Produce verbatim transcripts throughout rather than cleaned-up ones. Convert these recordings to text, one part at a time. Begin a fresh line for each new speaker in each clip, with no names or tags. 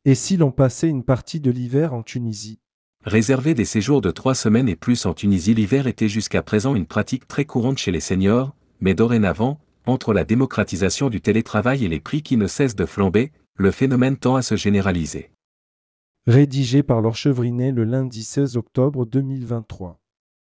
Et si l'on passait une partie de l'hiver en Tunisie?
Réserver des séjours de trois semaines et plus en Tunisie l'hiver était jusqu'à présent une pratique très courante chez les seniors, mais dorénavant, entre la démocratisation du télétravail et les prix qui ne cessent de flamber, le phénomène tend à se généraliser.
Rédigé par Laure Chevrinet le lundi seize octobre deux mille vingt-trois.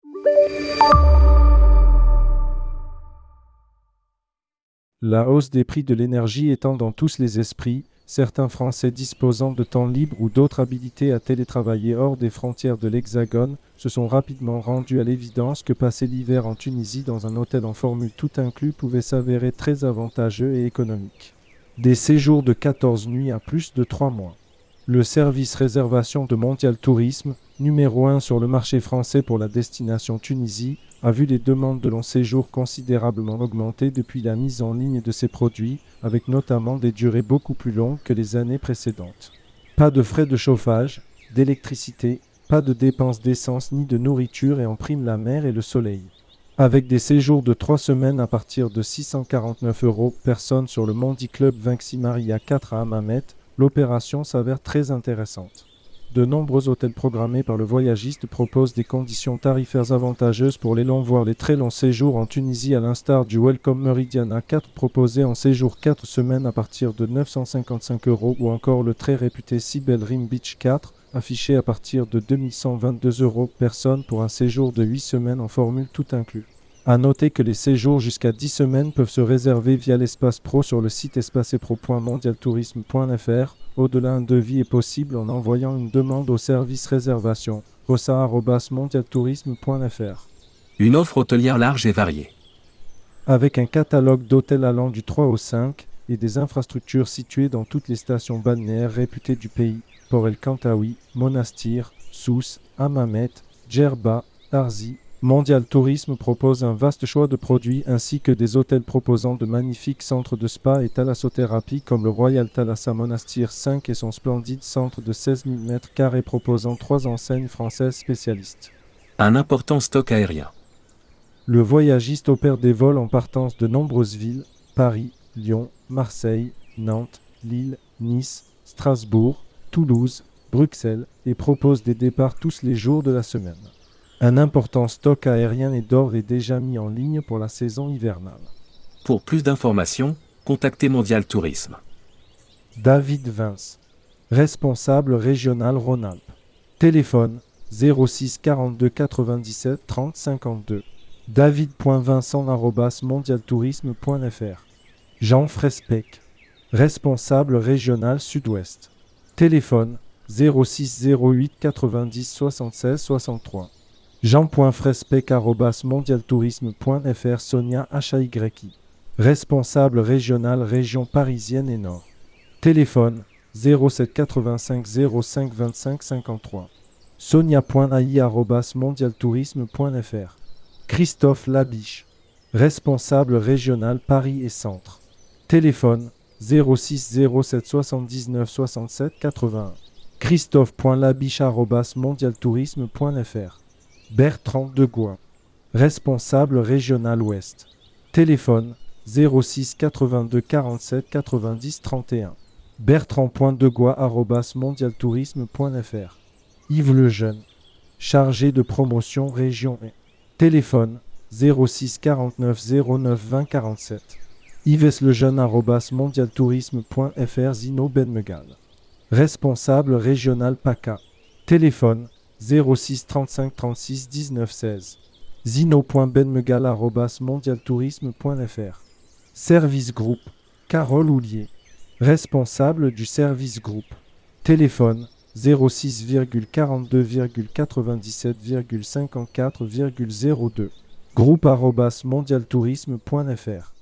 La hausse des prix de l'énergie étant dans tous les esprits, certains Français disposant de temps libre ou d'autres habilités à télétravailler hors des frontières de l'Hexagone se sont rapidement rendus à l'évidence que passer l'hiver en Tunisie dans un hôtel en formule tout inclus pouvait s'avérer très avantageux et économique. Des séjours de quatorze nuits à plus de trois mois. Le service réservation de Mondial Tourisme, numéro un sur le marché français pour la destination Tunisie, a vu les demandes de long séjour considérablement augmenter depuis la mise en ligne de ses produits, avec notamment des durées beaucoup plus longues que les années précédentes. Pas de frais de chauffage, d'électricité, pas de dépenses d'essence ni de nourriture et en prime la mer et le soleil. Avec des séjours de trois semaines à partir de six cent quarante-neuf euros personne sur le Mondi Club Vinxi Maria quatre à Hammamet, l'opération s'avère très intéressante. De nombreux hôtels programmés par le voyagiste proposent des conditions tarifaires avantageuses pour les longs voire les très longs séjours en Tunisie à l'instar du Welcome Meridian A quatre proposé en séjour quatre semaines à partir de neuf cent cinquante-cinq euros ou encore le très réputé Sibel Rim Beach quatre affiché à partir de deux mille cent vingt-deux euros personne pour un séjour de huit semaines en formule tout inclus. À noter que les séjours jusqu'à dix semaines peuvent se réserver via l'espace pro sur le site espacepro point mondialtourisme point f r. Au-delà, un devis est possible en envoyant une demande au service réservation rossa arobase mondialtourisme point f r.
Une offre hôtelière large et variée.
Avec un catalogue d'hôtels allant du trois au cinq et des infrastructures situées dans toutes les stations balnéaires réputées du pays, Port El Kantaoui, Monastir, Sousse, Hammamet, Djerba, Arzi. Mondial Tourisme propose un vaste choix de produits ainsi que des hôtels proposant de magnifiques centres de spa et thalassothérapie comme le Royal Thalassa Monastir cinq et son splendide centre de seize mille mètres carrés proposant trois enseignes françaises spécialistes.
Un important stock aérien.
Le voyagiste opère des vols en partance de nombreuses villes, Paris, Lyon, Marseille, Nantes, Lille, Nice, Strasbourg, Toulouse, Bruxelles et propose des départs tous les jours de la semaine. Un important stock aérien est d'or et déjà mis en ligne pour la saison hivernale.
Pour plus d'informations, contactez Mondial Tourisme.
David Vince, responsable régional Rhône-Alpes. Téléphone zéro six quarante-deux quatre-vingt-dix-sept trente cinquante-deux. david point vincent arobase mondialtourisme point f r. Jean Frespec, responsable régional Sud-Ouest. Téléphone zéro six zéro huit quatre-vingt-dix soixante-seize soixante-trois. jean point frespec arobase mondialtourisme point f r. Sonia H A Y I, responsable régional région parisienne et Nord. Téléphone zéro sept quatre-vingt-cinq zéro cinq vingt-cinq cinquante-trois. sonia point a i arobase mondialtourisme point f r. Christophe Labiche, responsable régional Paris et Centre. Téléphone zéro six zéro sept soixante-dix-neuf soixante-sept quatre-vingt-un. christophe point labiche arobase mondialtourisme point f r. Bertrand Degois, responsable régional Ouest. Téléphone zéro six quatre-vingt-deux quarante-sept quatre-vingt-dix trente et un. bertrand point degois arobase mondialtourisme point f r. Yves Lejeune, chargé de promotion région un. Téléphone zéro six quarante-neuf zéro neuf vingt quarante-sept. yveslejeune arobase mondialtourisme point f r. Zino Benmegal, responsable régional PACA. Téléphone zéro six trente-cinq trente-six dix-neuf seize. zino point benmegal arobase mondialtourisme point f r. Service Groupe, Carole Houlier, responsable du Service Groupe. Téléphone zéro six quarante-deux quatre-vingt-dix-sept cinquante-quatre zéro deux. groupe arobase mondialtourisme point f r.